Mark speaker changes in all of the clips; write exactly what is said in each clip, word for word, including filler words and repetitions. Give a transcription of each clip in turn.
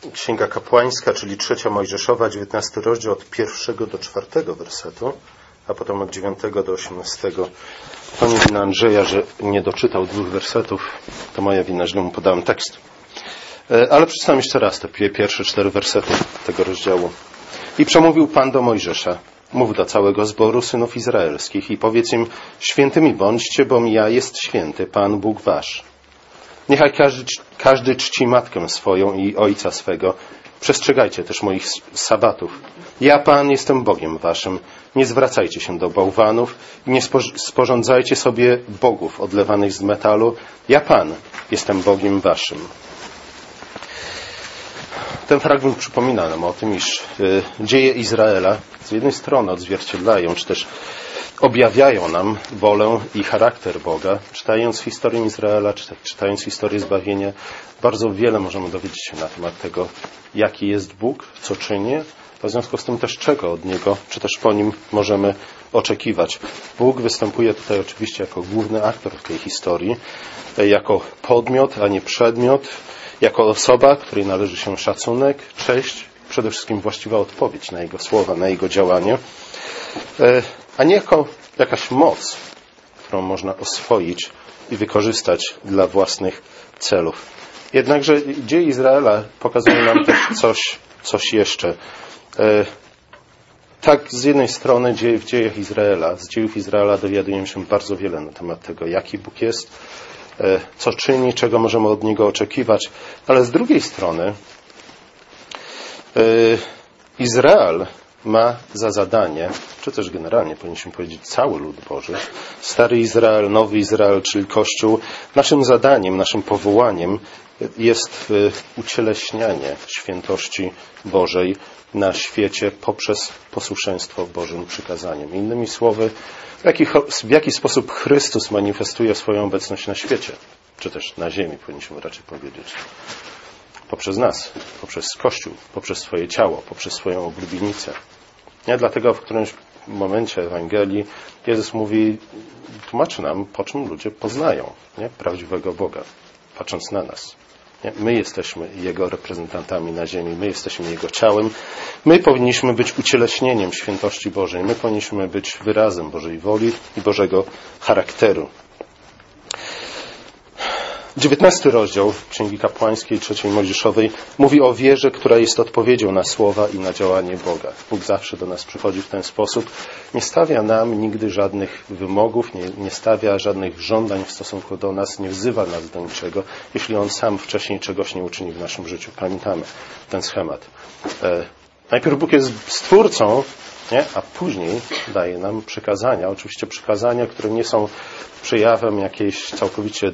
Speaker 1: Księga Kapłańska, czyli trzecia Mojżeszowa, dziewiętnasty rozdział od pierwszego do czwartego wersetu, a potem od dziewiątego do osiemnastego. To nie wina Andrzeja, że nie doczytał dwóch wersetów, to moja wina, źle mu podałem tekst. Ale przeczytam jeszcze raz te pierwsze cztery wersety tego rozdziału. I przemówił Pan do Mojżesza: mów do całego zboru synów izraelskich i powiedz im: świętymi bądźcie, bom ja jest święty, Pan Bóg wasz. Niechaj każdy, każdy czci matkę swoją i ojca swego. Przestrzegajcie też moich sabatów. Ja, Pan, jestem Bogiem waszym. Nie zwracajcie się do bałwanów i nie sporządzajcie sobie bogów odlewanych z metalu. Ja, Pan, jestem Bogiem waszym. Ten fragment przypomina nam o tym, iż y, dzieje Izraela z jednej strony odzwierciedlają, czy też objawiają nam wolę i charakter Boga. Czytając historię Izraela, czytając historię zbawienia, bardzo wiele możemy dowiedzieć się na temat tego, jaki jest Bóg, co czyni, a w związku z tym też czego od Niego, czy też po Nim możemy oczekiwać. Bóg występuje tutaj oczywiście jako główny aktor w tej historii, jako podmiot, a nie przedmiot, jako osoba, której należy się szacunek, cześć, przede wszystkim właściwa odpowiedź na Jego słowa, na Jego działanie, a nie jako jakaś moc, którą można oswoić i wykorzystać dla własnych celów. Jednakże dzieje Izraela pokazują nam też coś, coś jeszcze. Tak, z jednej strony w dziejach Izraela, z dziejów Izraela dowiadujemy się bardzo wiele na temat tego, jaki Bóg jest, co czyni, czego możemy od Niego oczekiwać, ale z drugiej strony Izrael ma za zadanie, czy też generalnie powinniśmy powiedzieć cały lud Boży, stary Izrael, nowy Izrael, czyli Kościół, naszym zadaniem, naszym powołaniem jest ucieleśnianie świętości Bożej na świecie poprzez posłuszeństwo Bożym przykazaniom. Innymi słowy, w jaki, w jaki sposób Chrystus manifestuje swoją obecność na świecie, czy też na ziemi, powinniśmy raczej powiedzieć. Poprzez nas, poprzez Kościół, poprzez swoje ciało, poprzez swoją oblubienicę. Nie? Dlatego w którymś momencie Ewangelii Jezus mówi, tłumaczy nam, po czym ludzie poznają nie? prawdziwego Boga, patrząc na nas. Nie? My jesteśmy Jego reprezentantami na ziemi, my jesteśmy Jego ciałem, my powinniśmy być ucieleśnieniem świętości Bożej, my powinniśmy być wyrazem Bożej woli i Bożego charakteru. dziewiętnasty rozdział Księgi Kapłańskiej, trzeciej Mojżeszowej mówi o wierze, która jest odpowiedzią na słowa i na działanie Boga. Bóg zawsze do nas przychodzi w ten sposób. Nie stawia nam nigdy żadnych wymogów, nie, nie stawia żadnych żądań w stosunku do nas, nie wzywa nas do niczego, jeśli On sam wcześniej czegoś nie uczyni w naszym życiu. Pamiętamy ten schemat. E, najpierw Bóg jest Stwórcą, nie? A później daje nam przykazania. Oczywiście przykazania, które nie są przejawem jakiejś całkowicie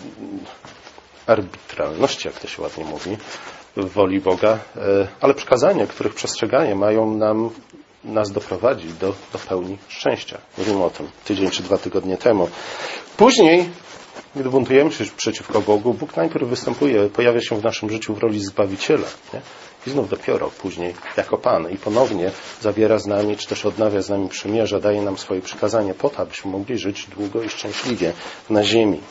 Speaker 1: arbitralności, jak to się ładnie mówi, w woli Boga, ale przykazania, których przestrzeganie mają nam, nas doprowadzić do, do pełni szczęścia. Mówimy o tym tydzień czy dwa tygodnie temu. Później, gdy buntujemy się przeciwko Bogu, Bóg najpierw występuje, pojawia się w naszym życiu w roli Zbawiciela. Nie? I znów dopiero później jako Pan i ponownie zawiera z nami, czy też odnawia z nami przymierza, daje nam swoje przykazanie po to, abyśmy mogli żyć długo i szczęśliwie na ziemi.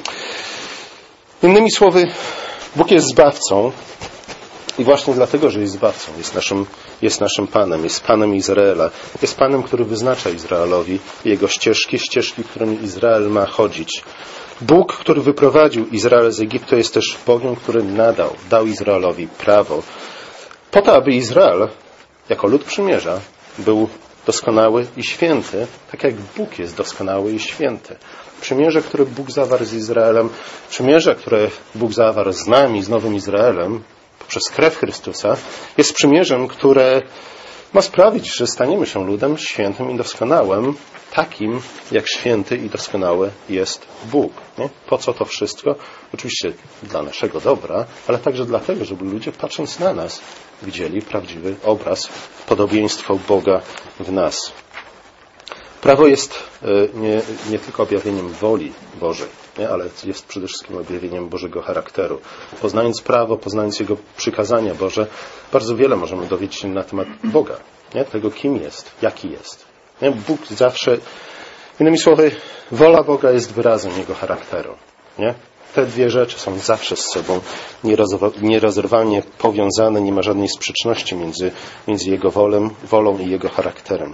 Speaker 1: Innymi słowy, Bóg jest Zbawcą i właśnie dlatego, że jest Zbawcą, jest naszym, jest naszym Panem, jest Panem Izraela, jest Panem, który wyznacza Izraelowi jego ścieżki, ścieżki, którymi Izrael ma chodzić. Bóg, który wyprowadził Izrael z Egiptu, jest też Bogiem, który nadał, dał Izraelowi prawo po to, aby Izrael, jako lud przymierza, był doskonały i święty, tak jak Bóg jest doskonały i święty. Przymierze, które Bóg zawarł z Izraelem, przymierze, które Bóg zawarł z nami, z Nowym Izraelem, poprzez krew Chrystusa, jest przymierzem, które ma sprawić, że staniemy się ludem świętym i doskonałym, takim jak święty i doskonały jest Bóg. Nie? Po co to wszystko? Oczywiście dla naszego dobra, ale także dlatego, żeby ludzie, patrząc na nas, widzieli prawdziwy obraz, podobieństwo Boga w nas. Prawo jest nie, nie tylko objawieniem woli Bożej, nie? ale jest przede wszystkim objawieniem Bożego charakteru. Poznając prawo, poznając Jego przykazania Boże, bardzo wiele możemy dowiedzieć się na temat Boga, nie? tego kim jest, jaki jest. Nie? Bóg zawsze, innymi słowy, wola Boga jest wyrazem Jego charakteru. Nie? Te dwie rzeczy są zawsze z sobą nierozerwalnie powiązane, nie ma żadnej sprzeczności między, między Jego wolą, wolą i Jego charakterem.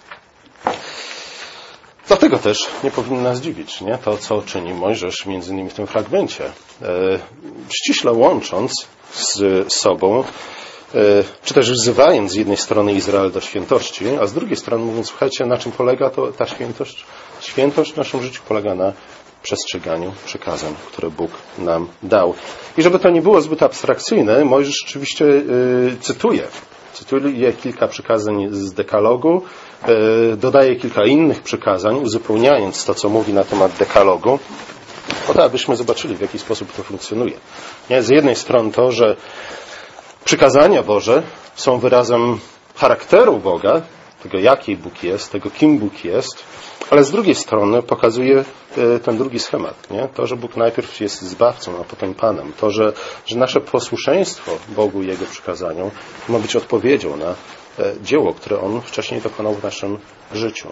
Speaker 1: Dlatego też nie powinno nas dziwić, nie? To, co czyni Mojżesz, między innymi w tym fragmencie. E, ściśle łącząc z sobą, e, czy też wzywając z jednej strony Izrael do świętości, a z drugiej strony mówiąc, słuchajcie, na czym polega to, ta świętość? Świętość w naszym życiu polega na przestrzeganiu przykazań, które Bóg nam dał. I żeby to nie było zbyt abstrakcyjne, Mojżesz rzeczywiście yy, cytuje. Cytuje kilka przykazań z dekalogu, yy, dodaje kilka innych przykazań, uzupełniając to, co mówi na temat dekalogu, po to, abyśmy zobaczyli, w jaki sposób to funkcjonuje. Nie? Z jednej strony to, że przykazania Boże są wyrazem charakteru Boga, tego jaki Bóg jest, tego kim Bóg jest, ale z drugiej strony pokazuje ten drugi schemat. Nie? To, że Bóg najpierw jest Zbawcą, a potem Panem. To, że, że nasze posłuszeństwo Bogu i Jego przykazaniom ma być odpowiedzią na dzieło, które On wcześniej dokonał w naszym życiu.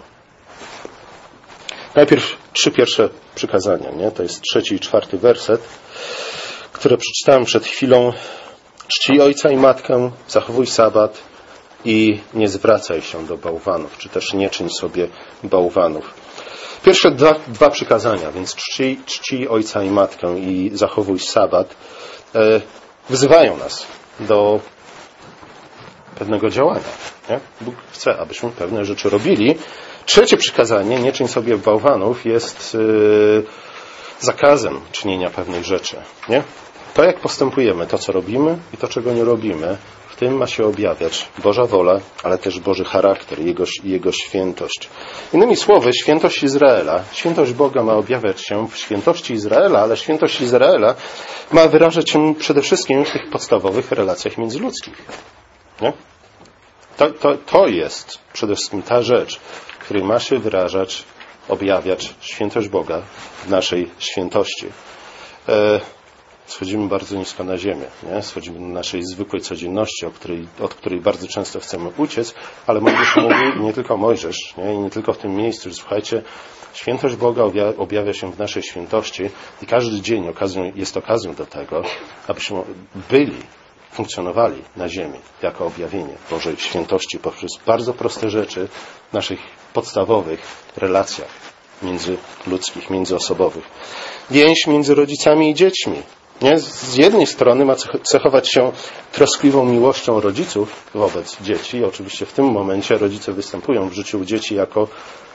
Speaker 1: Najpierw trzy pierwsze przykazania. Nie? To jest trzeci i czwarty werset, które przeczytałem przed chwilą. Czcij ojca i matkę, zachowuj sabat i nie zwracaj się do bałwanów, czy też nie czyń sobie bałwanów. Pierwsze dwa, dwa przykazania, więc czcij, czcij ojca i matkę i zachowuj sabat, e, wzywają nas do pewnego działania. Nie? Bóg chce, abyśmy pewne rzeczy robili. Trzecie przykazanie, nie czyń sobie bałwanów, jest e, zakazem czynienia pewnych rzeczy. Nie? To, jak postępujemy, to, co robimy i to, czego nie robimy, w tym ma się objawiać Boża wola, ale też Boży charakter, Jego, Jego świętość. Innymi słowy, świętość Izraela, świętość Boga ma objawiać się w świętości Izraela, ale świętość Izraela ma wyrażać się przede wszystkim w tych podstawowych relacjach międzyludzkich. Nie? To, to, to jest przede wszystkim ta rzecz, w której ma się wyrażać, objawiać świętość Boga w naszej świętości. E, Schodzimy bardzo nisko na ziemię. Nie? Schodzimy do naszej zwykłej codzienności, od której, od której bardzo często chcemy uciec, ale Mojżesz mówi, nie tylko Mojżesz, nie? I nie tylko w tym miejscu, że słuchajcie, świętość Boga objawia się w naszej świętości i każdy dzień okazją, jest okazją do tego, abyśmy byli, funkcjonowali na ziemi jako objawienie Bożej świętości poprzez bardzo proste rzeczy w naszych podstawowych relacjach międzyludzkich, międzyosobowych. Więź między rodzicami i dziećmi. Nie? Z jednej strony ma cechować się troskliwą miłością rodziców wobec dzieci. Oczywiście w tym momencie rodzice występują w życiu dzieci jako,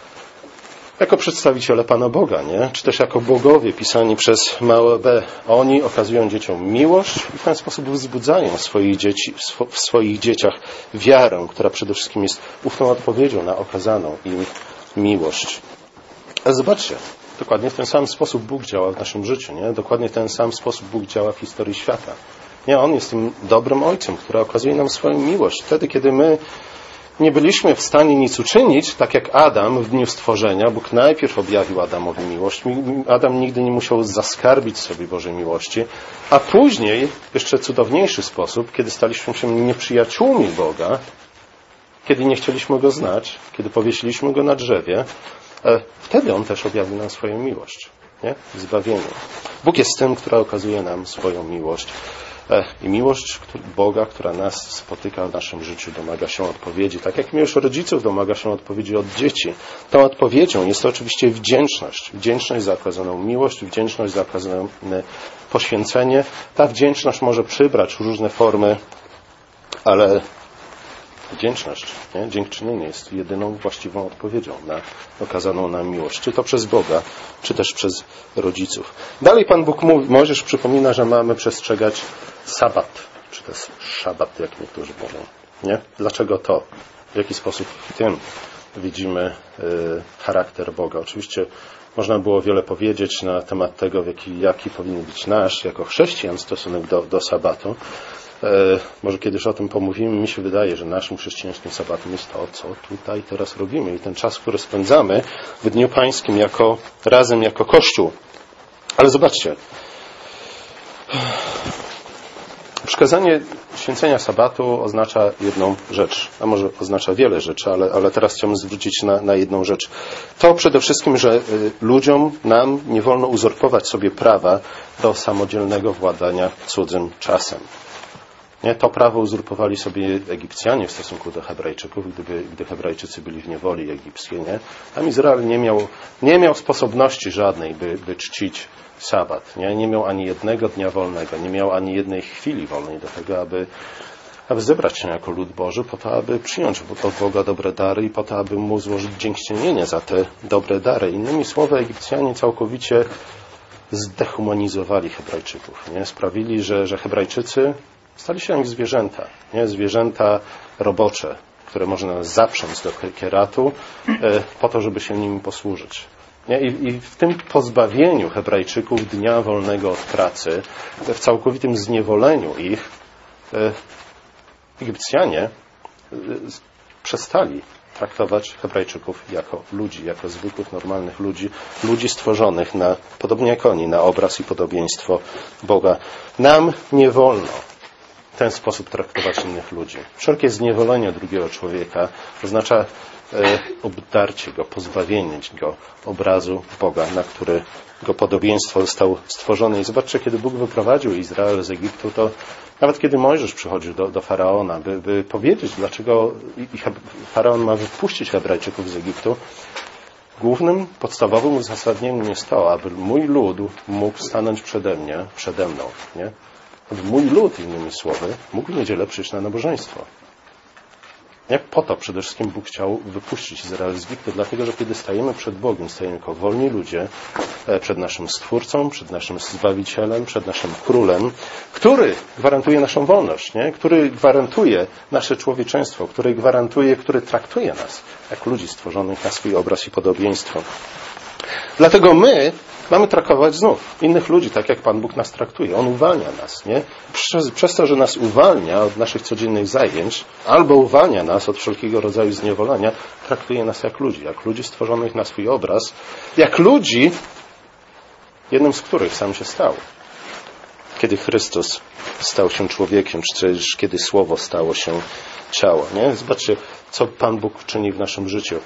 Speaker 1: jako przedstawiciele Pana Boga, nie? Czy też jako bogowie pisani przez małe b. Oni okazują dzieciom miłość i w ten sposób wzbudzają w swoich, dzieci, w swoich dzieciach wiarę, która przede wszystkim jest ufną odpowiedzią na okazaną im miłość. Ale zobaczcie, dokładnie w ten sam sposób Bóg działa w naszym życiu. Nie? Dokładnie w ten sam sposób Bóg działa w historii świata. Nie, On jest tym dobrym Ojcem, który okazuje nam swoją miłość. Wtedy, kiedy my nie byliśmy w stanie nic uczynić, tak jak Adam w dniu stworzenia, Bóg najpierw objawił Adamowi miłość. Adam nigdy nie musiał zaskarbić sobie Bożej miłości, a później, w jeszcze cudowniejszy sposób, kiedy staliśmy się nieprzyjaciółmi Boga, kiedy nie chcieliśmy Go znać, kiedy powiesiliśmy Go na drzewie, wtedy On też objawił nam swoją miłość, nie? W zbawieniu. Bóg jest tym, który okazuje nam swoją miłość. I miłość Boga, która nas spotyka w naszym życiu, domaga się odpowiedzi. Tak jak miłość rodziców domaga się odpowiedzi od dzieci. Tą odpowiedzią jest to oczywiście wdzięczność. Wdzięczność za okazaną miłość, wdzięczność za okazane poświęcenie. Ta wdzięczność może przybrać różne formy, ale wdzięczność, nie? Dziękczynienie jest jedyną właściwą odpowiedzią na okazaną nam miłość. Czy to przez Boga, czy też przez rodziców. Dalej Pan Bóg mówi, Mojżesz przypomina, że mamy przestrzegać sabat, czy też szabat, jak niektórzy mówią. Nie? Dlaczego to? W jaki sposób w tym widzimy y, charakter Boga? Oczywiście można było wiele powiedzieć na temat tego, w jaki, jaki powinien być nasz, jako chrześcijan, stosunek do, do sabatu. E, może kiedyś o tym pomówimy. Mi się wydaje, że naszym chrześcijańskim sabatem jest to, co tutaj teraz robimy. I ten czas, który spędzamy w Dniu Pańskim jako, razem jako Kościół. Ale zobaczcie. Przykazanie święcenia sabatu oznacza jedną rzecz, a może oznacza wiele rzeczy, ale, ale teraz chciałbym zwrócić na, na jedną rzecz. To przede wszystkim, że y, ludziom, nam nie wolno uzurpować sobie prawa do samodzielnego władania cudzym czasem. Nie? To prawo uzurpowali sobie Egipcjanie w stosunku do Hebrajczyków, gdyby, gdy Hebrajczycy byli w niewoli egipskiej. Nie? Tam Izrael nie miał, nie miał sposobności żadnej, by, by czcić sabat. Nie? nie miał ani jednego dnia wolnego, nie miał ani jednej chwili wolnej do tego, aby, aby zebrać się jako lud Boży, po to, aby przyjąć od Boga dobre dary i po to, aby Mu złożyć dziękczynienie za te dobre dary. Innymi słowy, Egipcjanie całkowicie zdehumanizowali Hebrajczyków. Nie? Sprawili, że, że Hebrajczycy stali się jak zwierzęta. Nie? Zwierzęta robocze, które można zaprząc do kieratu e, po to, żeby się nimi posłużyć. Nie? I, I w tym pozbawieniu Hebrajczyków dnia wolnego od pracy, w całkowitym zniewoleniu ich, e, Egipcjanie e, przestali traktować Hebrajczyków jako ludzi, jako zwykłych, normalnych ludzi, ludzi stworzonych na, podobnie jak oni, na obraz i podobieństwo Boga. Nam nie wolno w ten sposób traktować innych ludzi. Wszelkie zniewolenie drugiego człowieka oznacza e, obdarcie go, pozbawienie go obrazu Boga, na który go podobieństwo został stworzony. I zobaczcie, kiedy Bóg wyprowadził Izrael z Egiptu, to nawet kiedy Mojżesz przychodził do, do Faraona, by, by powiedzieć, dlaczego i, i Faraon ma wypuścić Hebrajczyków z Egiptu, głównym, podstawowym uzasadnieniem jest to, aby mój lud mógł stanąć przede mnie, przede mną, nie? Aby mój lud, innymi słowy, mógł w niedzielę przyjść na nabożeństwo. Jak po to przede wszystkim Bóg chciał wypuścić Izrael z Egiptu, dlatego, że kiedy stajemy przed Bogiem, stajemy jako wolni ludzie, przed naszym Stwórcą, przed naszym Zbawicielem, przed naszym Królem, który gwarantuje naszą wolność, nie? Który gwarantuje nasze człowieczeństwo, który gwarantuje, który traktuje nas jak ludzi stworzonych na swój obraz i podobieństwo. Dlatego my mamy traktować znów innych ludzi, tak jak Pan Bóg nas traktuje. On uwalnia nas, nie? Przez, przez to, że nas uwalnia od naszych codziennych zajęć, albo uwalnia nas od wszelkiego rodzaju zniewolenia, traktuje nas jak ludzi, jak ludzi stworzonych na swój obraz, jak ludzi, jednym z których sam się stał. Kiedy Chrystus stał się człowiekiem, czy też kiedy Słowo stało się ciało, nie? Zobaczcie, co Pan Bóg czyni w naszym życiu.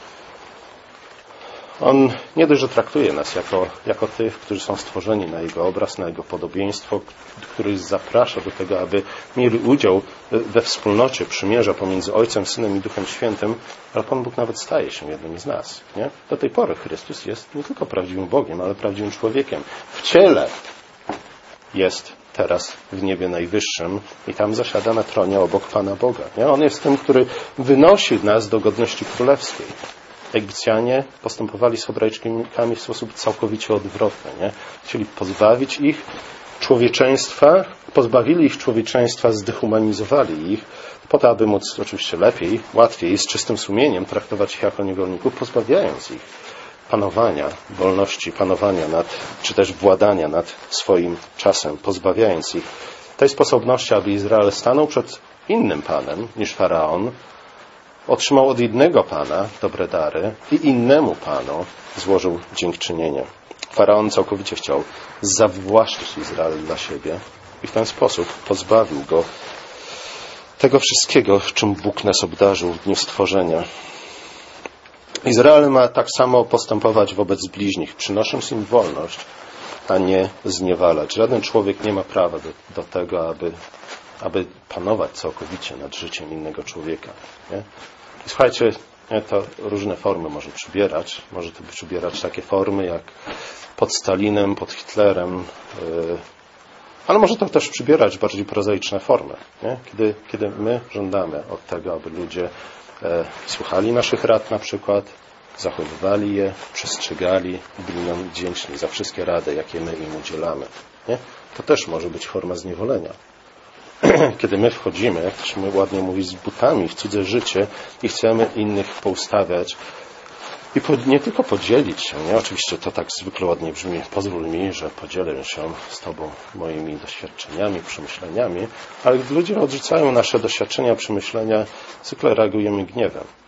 Speaker 1: On nie dość, że traktuje nas jako, jako tych, którzy są stworzeni na Jego obraz, na Jego podobieństwo, który zaprasza do tego, aby mieli udział we wspólnocie przymierza pomiędzy Ojcem, Synem i Duchem Świętym, ale Pan Bóg nawet staje się jednym z nas. Nie? Do tej pory Chrystus jest nie tylko prawdziwym Bogiem, ale prawdziwym człowiekiem. W ciele jest teraz w niebie najwyższym i tam zasiada na tronie obok Pana Boga. Nie? On jest tym, który wynosi nas do godności królewskiej. Egipcjanie postępowali z Hebrajczykami w sposób całkowicie odwrotny. Nie? Chcieli pozbawić ich człowieczeństwa, pozbawili ich człowieczeństwa, zdehumanizowali ich, po to, aby móc oczywiście lepiej, łatwiej, z czystym sumieniem traktować ich jako niewolników, pozbawiając ich panowania, wolności panowania nad, czy też władania nad swoim czasem, pozbawiając ich tej sposobności, aby Izrael stanął przed innym Panem niż Faraon, otrzymał od jednego Pana dobre dary i innemu Panu złożył dziękczynienie. Faraon całkowicie chciał zawłaszczyć Izrael dla siebie i w ten sposób pozbawił go tego wszystkiego, czym Bóg nas obdarzył w dniu stworzenia. Izrael ma tak samo postępować wobec bliźnich, przynosząc im wolność, a nie zniewalać. Żaden człowiek nie ma prawa do, do tego, aby aby panować całkowicie nad życiem innego człowieka. Nie? I słuchajcie, nie, to różne formy może przybierać. Może to przybierać takie formy jak pod Stalinem, pod Hitlerem, yy, ale może to też przybierać bardziej prozaiczne formy. Nie? Kiedy, kiedy my żądamy od tego, aby ludzie yy, słuchali naszych rad na przykład, zachowywali je, przestrzegali i byli nam wdzięczni za wszystkie rady, jakie my im udzielamy. Nie? To też może być forma zniewolenia. Kiedy my wchodzimy, jak to się ładnie mówi, z butami w cudze życie i chcemy innych poustawiać i po, nie tylko podzielić się, nie? Oczywiście to tak zwykle ładnie brzmi, pozwól mi, że podzielę się z Tobą moimi doświadczeniami, przemyśleniami, ale gdy ludzie odrzucają nasze doświadczenia, przemyślenia, zwykle reagujemy gniewem.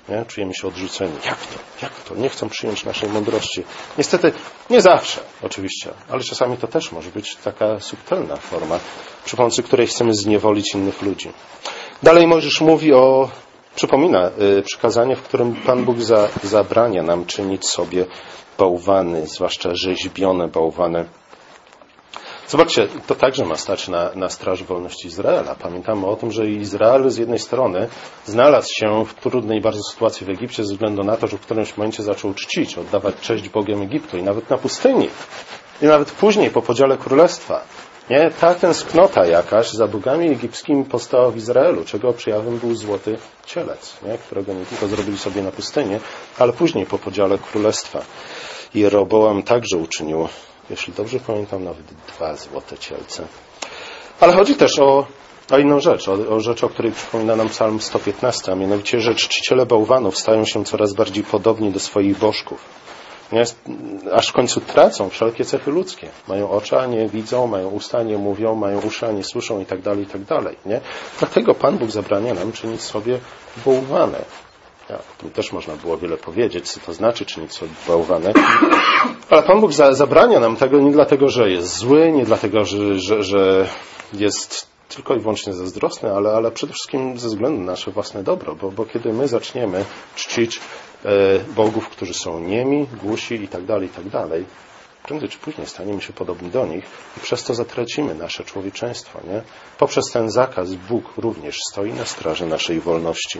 Speaker 1: Nie? Czujemy się odrzuceni. Jak to? Jak to? Nie chcą przyjąć naszej mądrości. Niestety, nie zawsze, oczywiście, ale czasami to też może być taka subtelna forma, przy pomocy której chcemy zniewolić innych ludzi. Dalej Mojżesz mówi o, przypomina y, przykazanie, w którym Pan Bóg za, zabrania nam czynić sobie bałwany, zwłaszcza rzeźbione bałwany. Zobaczcie, to także ma stać na, na straży wolności Izraela. Pamiętamy o tym, że Izrael z jednej strony znalazł się w trudnej bardzo sytuacji w Egipcie ze względu na to, że w którymś momencie zaczął czcić, oddawać cześć Bogiem Egiptu i nawet na pustyni. I nawet później po podziale królestwa. Nie? Ta tęsknota jakaś za bogami egipskimi powstała w Izraelu, czego przejawem był złoty cielec, nie? Którego nie tylko zrobili sobie na pustyni, ale później po podziale królestwa. I Jeroboam także uczynił, jeśli dobrze pamiętam, nawet dwa złote cielce. Ale chodzi też o, o inną rzecz, o, o rzecz, o której przypomina nam Psalm sto piętnaście, a mianowicie, że czciciele bałwanów stają się coraz bardziej podobni do swoich bożków. Nie? Aż w końcu tracą wszelkie cechy ludzkie. Mają oczy, a nie widzą, mają usta, a nie mówią, mają uszy, a nie słyszą i tak dalej, i tak dalej. Nie? Dlatego Pan Bóg zabrania nam czynić sobie bałwany. Ja, tu też można było wiele powiedzieć, co to znaczy czynić sobie bałwany. Ale Pan Bóg za, zabrania nam tego nie dlatego, że jest zły, nie dlatego, że, że, że jest tylko i wyłącznie zazdrosny, ale, ale przede wszystkim ze względu na nasze własne dobro, bo, bo kiedy my zaczniemy czcić e, bogów, którzy są niemi, głusi i tak dalej, i tak dalej, prędzej czy później staniemy się podobni do nich i przez to zatracimy nasze człowieczeństwo. Nie? Poprzez ten zakaz Bóg również stoi na straży naszej wolności.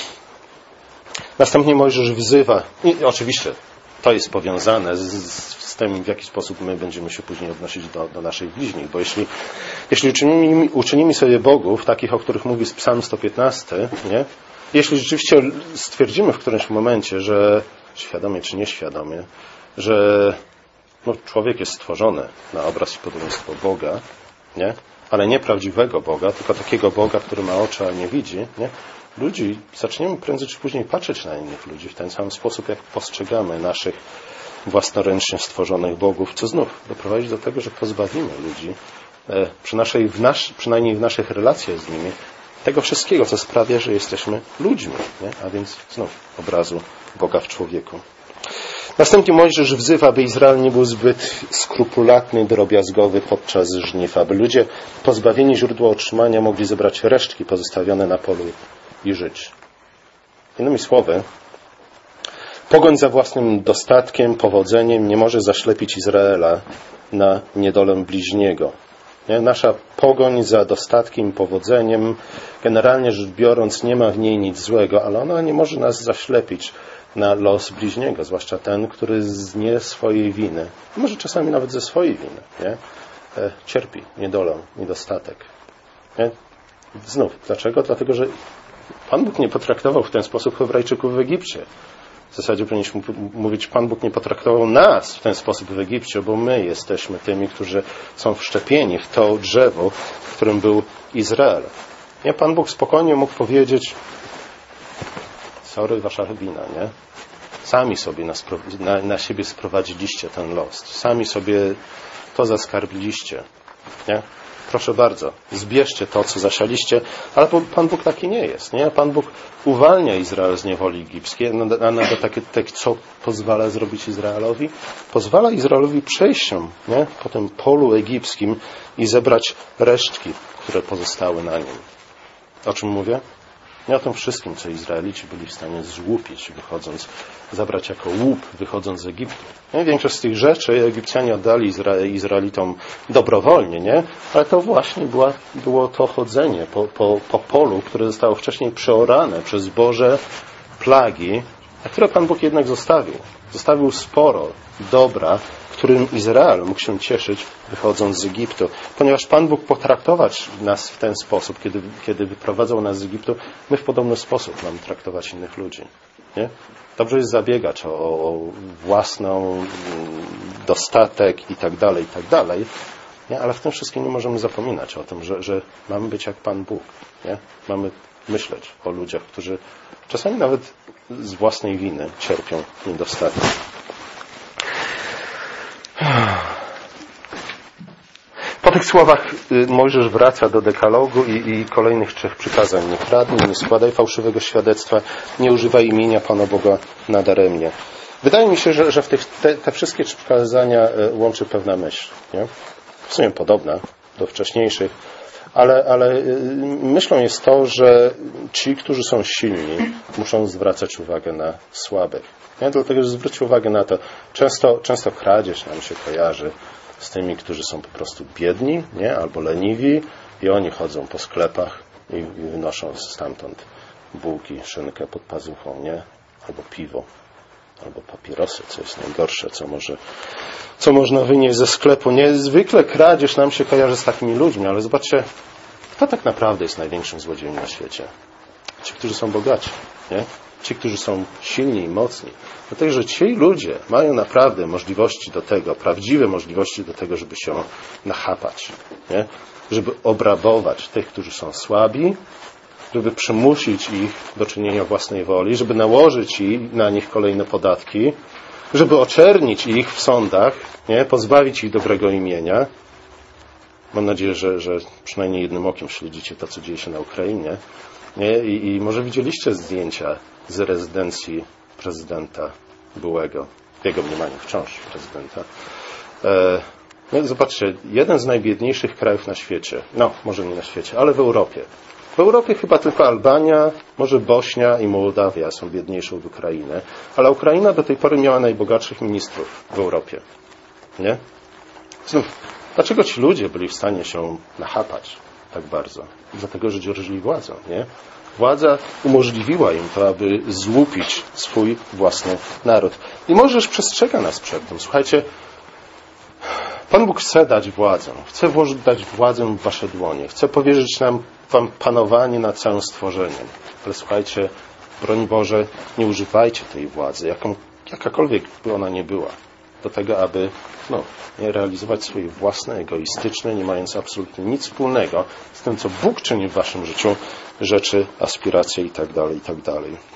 Speaker 1: Następnie Mojżesz wzywa, i oczywiście to jest powiązane z, z tym, w jaki sposób my będziemy się później odnosić do, do naszych bliźnich, bo jeśli, jeśli uczynimy, uczynimy sobie bogów, takich, o których mówi Psalm sto piętnaście, nie? Jeśli rzeczywiście stwierdzimy w którymś momencie, że świadomie czy nieświadomie, że no, człowiek jest stworzony na obraz i podobieństwo Boga, nie? Ale nie prawdziwego Boga, tylko takiego Boga, który ma oczy, a nie widzi, nie? Ludzi, zaczniemy prędzej czy później patrzeć na innych ludzi w ten sam sposób, jak postrzegamy naszych własnoręcznie stworzonych bogów, co znów doprowadzi do tego, że pozbawimy ludzi, e, przy naszej, w nasz, przynajmniej w naszych relacjach z nimi, tego wszystkiego, co sprawia, że jesteśmy ludźmi, nie? A więc znów obrazu Boga w człowieku. Następnie Mojżesz wzywa, by Izrael nie był zbyt skrupulatny, drobiazgowy podczas żniw, aby ludzie pozbawieni źródła otrzymania mogli zebrać resztki pozostawione na polu i żyć. Innymi słowy, pogoń za własnym dostatkiem, powodzeniem nie może zaślepić Izraela na niedolę bliźniego. Nie? Nasza pogoń za dostatkiem, powodzeniem, generalnie rzecz biorąc, nie ma w niej nic złego, ale ona nie może nas zaślepić na los bliźniego, zwłaszcza ten, który z nie swojej winy, może czasami nawet ze swojej winy, nie? E, cierpi niedolę, niedostatek. Nie? Znów, dlaczego? Dlatego, że Pan Bóg nie potraktował w ten sposób Hebrajczyków w Egipcie. W zasadzie powinniśmy mówić, Pan Bóg nie potraktował nas w ten sposób w Egipcie, bo my jesteśmy tymi, którzy są wszczepieni w to drzewo, w którym był Izrael. Nie? Pan Bóg spokojnie mógł powiedzieć, sorry, wasza wina, nie? Sami sobie na, na, na siebie sprowadziliście ten los. Sami sobie to zaskarbiliście, nie? Proszę bardzo, zbierzcie to, co zasialiście, ale Pan Bóg taki nie jest, nie? Pan Bóg uwalnia Izrael z niewoli egipskiej, a na takie, tak, co pozwala zrobić Izraelowi? Pozwala Izraelowi przejść się, nie? Po tym polu egipskim i zebrać resztki, które pozostały na nim. O czym mówię? Nie o tym wszystkim, co Izraelici byli w stanie złupić, wychodząc, zabrać jako łup, wychodząc z Egiptu. Nie? Większość z tych rzeczy Egipcjanie oddali Izra- Izraelitom dobrowolnie, nie? Ale to właśnie była, było to chodzenie po, po, po polu, które zostało wcześniej przeorane przez Boże plagi, a które Pan Bóg jednak zostawił. Zostawił sporo dobra, którym Izrael mógł się cieszyć, wychodząc z Egiptu. Ponieważ Pan Bóg potraktować nas w ten sposób, kiedy, kiedy wyprowadzał nas z Egiptu, my w podobny sposób mamy traktować innych ludzi. Nie? Dobrze jest zabiegać o, o własną dostatek i tak dalej, i tak dalej. Nie? Ale w tym wszystkim nie możemy zapominać o tym, że, że mamy być jak Pan Bóg. Nie? Mamy myśleć o ludziach, którzy czasami nawet z własnej winy cierpią niedostatek. Po tych słowach Mojżesz wraca do dekalogu i, i kolejnych trzech przykazań. Nie kradnij, nie składaj fałszywego świadectwa, nie używaj imienia Pana Boga nadaremnie. Wydaje mi się, że, że w tych, te, te wszystkie trzy przykazania łączy pewna myśl. Nie? W sumie podobna do wcześniejszych, ale, ale myślą jest to, że ci, którzy są silni, muszą zwracać uwagę na słabych. Nie? Dlatego, że zwróćcie uwagę na to, często, często kradzież nam się kojarzy z tymi, którzy są po prostu biedni, nie? Albo leniwi i oni chodzą po sklepach i, i wynoszą stamtąd bułki, szynkę pod pazuchą, nie? Albo piwo, albo papierosy, co jest najgorsze, co może, co można wynieść ze sklepu. Niezwykle kradzież nam się kojarzy z takimi ludźmi, ale zobaczcie, kto tak naprawdę jest największym złodziejem na świecie? Ci, którzy są bogaci, nie? Ci, którzy są silni i mocni. Dlatego, że ci ludzie mają naprawdę możliwości do tego, prawdziwe możliwości do tego, żeby się nachapać, nie? Żeby obrabować tych, którzy są słabi, żeby przymusić ich do czynienia własnej woli, żeby nałożyć na nich kolejne podatki, żeby oczernić ich w sądach, nie? Pozbawić ich dobrego imienia. Mam nadzieję, że, że przynajmniej jednym okiem śledzicie to, co dzieje się na Ukrainie. Nie? I, I może widzieliście zdjęcia z rezydencji prezydenta byłego, w jego mniemaniu wciąż prezydenta. E, no zobaczcie, jeden z najbiedniejszych krajów na świecie, no może nie na świecie, ale w Europie. W Europie chyba tylko Albania, może Bośnia i Mołdawia są biedniejsze od Ukrainy, ale Ukraina do tej pory miała najbogatszych ministrów w Europie. Nie? Znów, dlaczego ci ludzie byli w stanie się nachapać tak bardzo? Dlatego, że dzierżyli władzę, nie? Władza umożliwiła im to, aby złupić swój własny naród. I Mojżesz przestrzega nas przed tym. Słuchajcie, Pan Bóg chce dać władzę. Chce włożyć, dać władzę w wasze dłonie. Chce powierzyć nam wam panowanie nad całym stworzeniem. Ale słuchajcie, broń Boże, nie używajcie tej władzy, jaką, jakakolwiek by ona nie była, do tego, aby no, nie realizować swoje własne, egoistyczne, nie mające absolutnie nic wspólnego z tym, co Bóg czyni w waszym życiu, rzeczy, aspiracje itd., itd.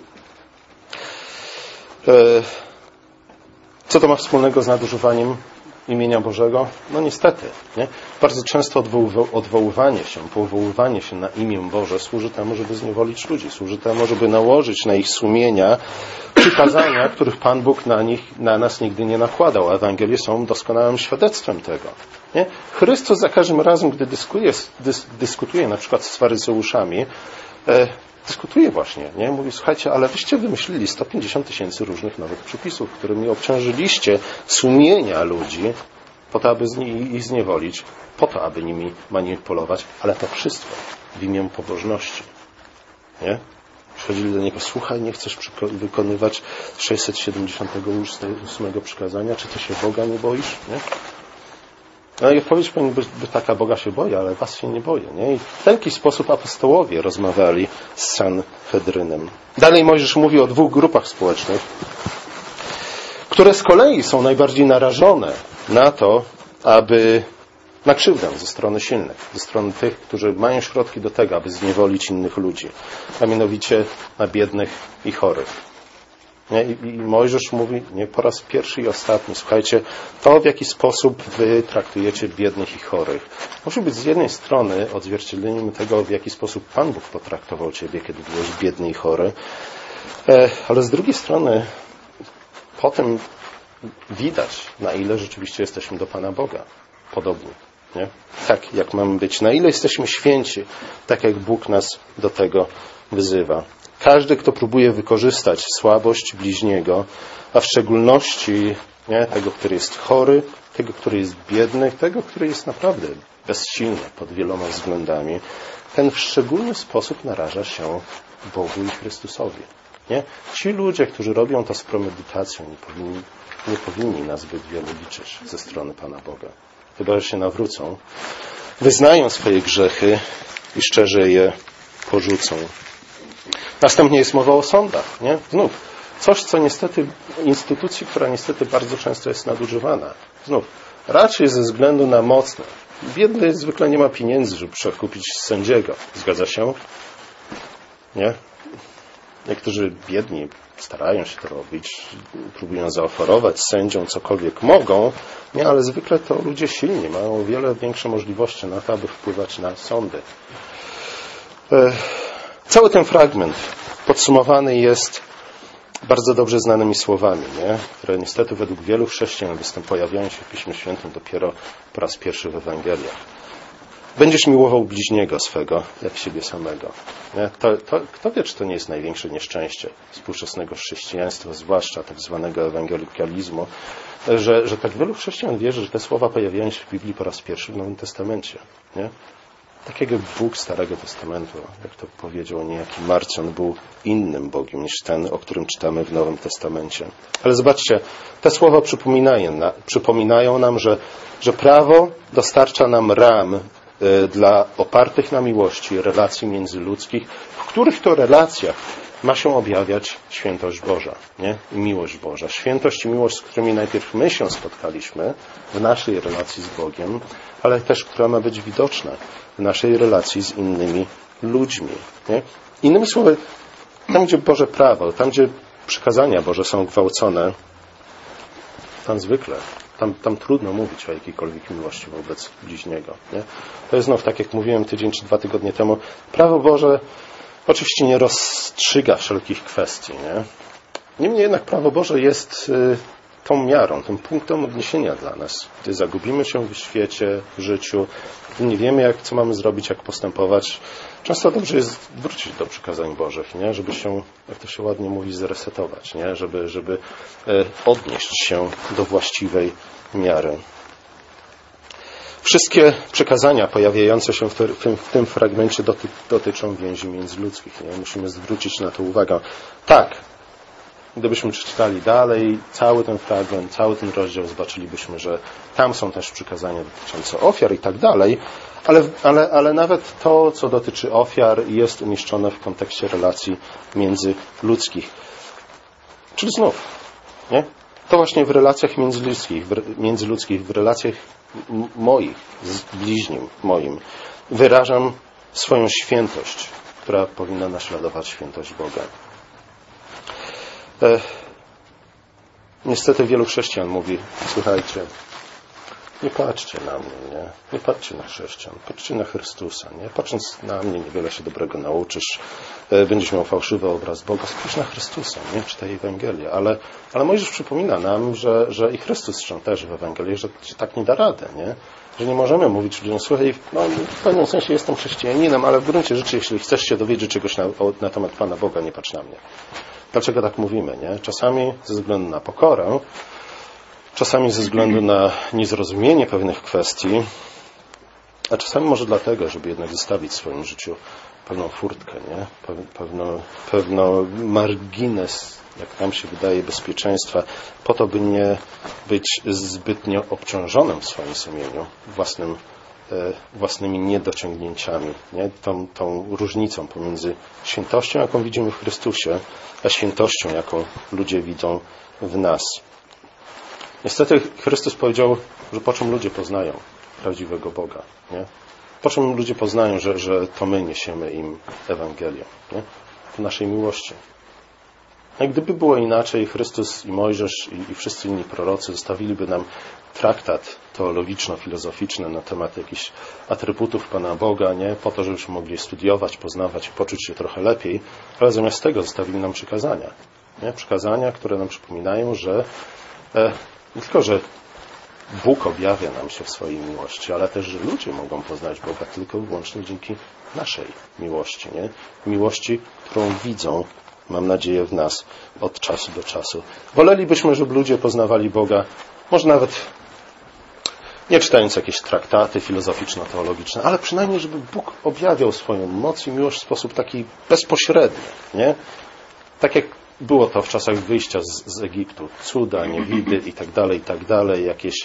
Speaker 1: Co to ma wspólnego z nadużywaniem imienia Bożego? No niestety, nie? Bardzo często odwoływanie się, powoływanie się na imię Boże służy temu, żeby zniewolić ludzi, służy temu, żeby nałożyć na ich sumienia przykazania, których Pan Bóg na nich, na nas nigdy nie nakładał. A Ewangelie są doskonałym świadectwem tego. Nie? Chrystus za każdym razem, gdy dyskutuje, dys, dyskutuje na przykład z faryzeuszami, e, dyskutuje właśnie, nie? Mówi, słuchajcie, ale wyście wymyślili sto pięćdziesiąt tysięcy różnych nowych przepisów, którymi obciążyliście sumienia ludzi po to, aby ich zniewolić, po to, aby nimi manipulować, ale to wszystko w imię pobożności. Nie? Przychodzili do niego, słuchaj, nie chcesz wykonywać sześćset siedemdziesiątego ósmego przykazania, czy ty się Boga nie boisz? Nie? No i odpowiedź powinna być, być taka, Boga się boję, ale was się nie boję. Nie? I w taki sposób apostołowie rozmawiali z Sanhedrynem. Dalej Mojżesz mówi o dwóch grupach społecznych, które z kolei są najbardziej narażone na to, aby na krzywdę ze strony silnych, ze strony tych, którzy mają środki do tego, aby zniewolić innych ludzi, a mianowicie na biednych i chorych. Nie? I, I Mojżesz mówi, nie po raz pierwszy i ostatni, słuchajcie, to w jaki sposób wy traktujecie biednych i chorych, może być z jednej strony odzwierciedleniem tego, w jaki sposób Pan Bóg potraktował ciebie, kiedy byłeś biedny i chory, ale z drugiej strony potem widać, na ile rzeczywiście jesteśmy do Pana Boga podobni. Nie? Tak, jak mamy być, na ile jesteśmy święci, tak jak Bóg nas do tego wyzywa. Każdy, kto próbuje wykorzystać słabość bliźniego, a w szczególności nie, tego, który jest chory, tego, który jest biedny, tego, który jest naprawdę bezsilny pod wieloma względami, ten w szczególny sposób naraża się Bogu i Chrystusowi. Nie? Ci ludzie, którzy robią to z premedytacją, nie powinni, nie powinni na zbyt wiele liczyć ze strony Pana Boga. Chyba, że się nawrócą, wyznają swoje grzechy i szczerze je porzucą. Następnie jest mowa o sądach. Nie? Znów, coś, co niestety, instytucji, która niestety bardzo często jest nadużywana. Znów, raczej ze względu na mocne. Biedny zwykle nie ma pieniędzy, żeby przekupić sędziego. Zgadza się? Nie? Niektórzy biedni starają się to robić, próbują zaoferować sędziom cokolwiek mogą, nie, ale zwykle to ludzie silni, mają o wiele większe możliwości na to, aby wpływać na sądy. Cały ten fragment podsumowany jest bardzo dobrze znanymi słowami, nie? Które niestety według wielu chrześcijan pojawiają się w Piśmie Świętym dopiero po raz pierwszy w Ewangeliach. Będziesz miłował bliźniego swego, jak siebie samego. Nie? To, to, kto wie, czy to nie jest największe nieszczęście współczesnego chrześcijaństwa, zwłaszcza tak zwanego ewangelikalizmu, że, że tak wielu chrześcijan wierzy, że te słowa pojawiają się w Biblii po raz pierwszy w Nowym Testamencie. Nie? Tak jak Bóg Starego Testamentu, jak to powiedział niejaki Marcion, był innym Bogiem niż ten, o którym czytamy w Nowym Testamencie. Ale zobaczcie, te słowa przypominają, na, przypominają nam, że, że prawo dostarcza nam ram y, dla opartych na miłości relacji międzyludzkich, w których to relacjach ma się objawiać świętość Boża, nie? I miłość Boża. Świętość i miłość, z którymi najpierw my się spotkaliśmy w naszej relacji z Bogiem, ale też, która ma być widoczna w naszej relacji z innymi ludźmi. Nie? Innymi słowy, tam gdzie Boże prawo, tam gdzie przykazania Boże są gwałcone, tam zwykle, tam, tam trudno mówić o jakiejkolwiek miłości wobec bliźniego. Nie? To jest znów, tak jak mówiłem tydzień czy dwa tygodnie temu, prawo Boże oczywiście nie rozstrzyga wszelkich kwestii. Nie? Niemniej jednak prawo Boże jest y, tą miarą, tym punktem odniesienia dla nas. Gdy zagubimy się w świecie, w życiu, gdy nie wiemy, jak, co mamy zrobić, jak postępować, często dobrze jest wrócić do przykazań Bożych, nie? Żeby się, jak to się ładnie mówi, zresetować, nie? Żeby, żeby e, odnieść się do właściwej miary. Wszystkie przekazania pojawiające się w, te, w, tym, w tym fragmencie doty, dotyczą więzi międzyludzkich. Nie? Musimy zwrócić na to uwagę. Tak, gdybyśmy przeczytali dalej cały ten fragment, cały ten rozdział, zobaczylibyśmy, że tam są też przykazania dotyczące ofiar i tak dalej, ale, ale, ale nawet to, co dotyczy ofiar, jest umieszczone w kontekście relacji międzyludzkich. Czyli znów, nie? To właśnie w relacjach międzyludzkich, w, międzyludzkich, w relacjach moich, z bliźnim moim, wyrażam swoją świętość, która powinna naśladować świętość Boga. E, niestety wielu chrześcijan mówi, słuchajcie, nie patrzcie na mnie, nie? Nie patrzcie na chrześcijan, patrzcie na Chrystusa, nie? Patrząc na mnie, niewiele się dobrego nauczysz, e, będziesz miał fałszywy obraz Boga, spójrz na Chrystusa, nie? Czytaj Ewangelię, ale, ale Mojżesz przypomina nam, że, że i Chrystus zresztą też w Ewangelii, że tak nie da rady, nie? Że nie możemy mówić ludziom, słuchaj, no, w pewnym sensie jestem chrześcijaninem, ale w gruncie rzeczy, jeśli chcesz się dowiedzieć czegoś na, na temat Pana Boga, nie patrz na mnie. Dlaczego tak mówimy, nie? Czasami ze względu na pokorę, czasami ze względu na niezrozumienie pewnych kwestii, a czasami może dlatego, żeby jednak zostawić w swoim życiu pewną furtkę, nie? Pewno, pewno margines, jak nam się wydaje, bezpieczeństwa, po to, by nie być zbytnio obciążonym w swoim sumieniu własnym, własnymi niedociągnięciami, nie? Tą, tą różnicą pomiędzy świętością, jaką widzimy w Chrystusie, a świętością, jaką ludzie widzą w nas. Niestety Chrystus powiedział, że po czym ludzie poznają prawdziwego Boga, nie? Po czym ludzie poznają, że, że to my niesiemy im Ewangelię, nie? W naszej miłości. A gdyby było inaczej, Chrystus i Mojżesz i, i wszyscy inni prorocy zostawiliby nam traktat teologiczno-filozoficzny na temat jakichś atrybutów Pana Boga, nie? Po to, żebyśmy mogli studiować, poznawać i poczuć się trochę lepiej, ale zamiast tego zostawili nam przykazania. Nie? Przykazania, które nam przypominają, że e, nie tylko, że Bóg objawia nam się w swojej miłości, ale też, że ludzie mogą poznać Boga tylko i wyłącznie dzięki naszej miłości, nie? Miłości, którą widzą, mam nadzieję, w nas od czasu do czasu. Wolelibyśmy, żeby ludzie poznawali Boga, może nawet nie czytając jakieś traktaty filozoficzno-teologiczne, ale przynajmniej, żeby Bóg objawiał swoją moc i miłość w sposób taki bezpośredni, nie? Tak jak było to w czasach wyjścia z, z Egiptu. Cuda, niewidy i tak dalej, i tak dalej. Jakieś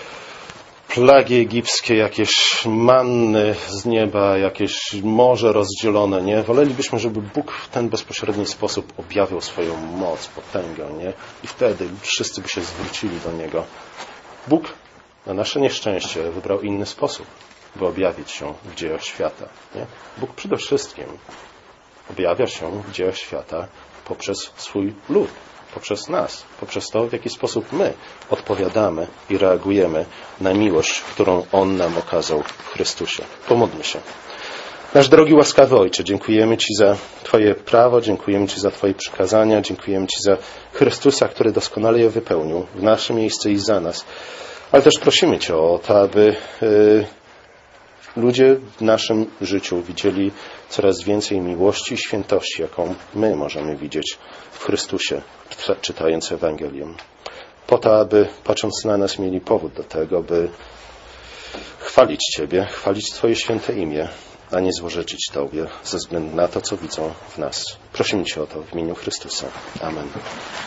Speaker 1: plagi egipskie, jakieś manny z nieba, jakieś morze rozdzielone, nie? Wolelibyśmy, żeby Bóg w ten bezpośredni sposób objawiał swoją moc, potęgę, nie? I wtedy wszyscy by się zwrócili do Niego. Bóg na nasze nieszczęście wybrał inny sposób, by objawić się w dziejach świata, nie? Bóg przede wszystkim objawia się w dziejach świata poprzez swój lud, poprzez nas, poprzez to, w jaki sposób my odpowiadamy i reagujemy na miłość, którą On nam okazał w Chrystusie. Pomódlmy się. Nasz drogi, łaskawy Ojcze, dziękujemy Ci za Twoje prawo, dziękujemy Ci za Twoje przykazania, dziękujemy Ci za Chrystusa, który doskonale je wypełnił w nasze miejsce i za nas. Ale też prosimy Cię o to, aby yy, ludzie w naszym życiu widzieli coraz więcej miłości i świętości, jaką my możemy widzieć w Chrystusie, czytając Ewangelię. Po to, aby patrząc na nas mieli powód do tego, by chwalić Ciebie, chwalić Twoje święte imię, a nie złorzeczyć Tobie ze względu na to, co widzą w nas. Prosimy Cię o to w imieniu Chrystusa. Amen.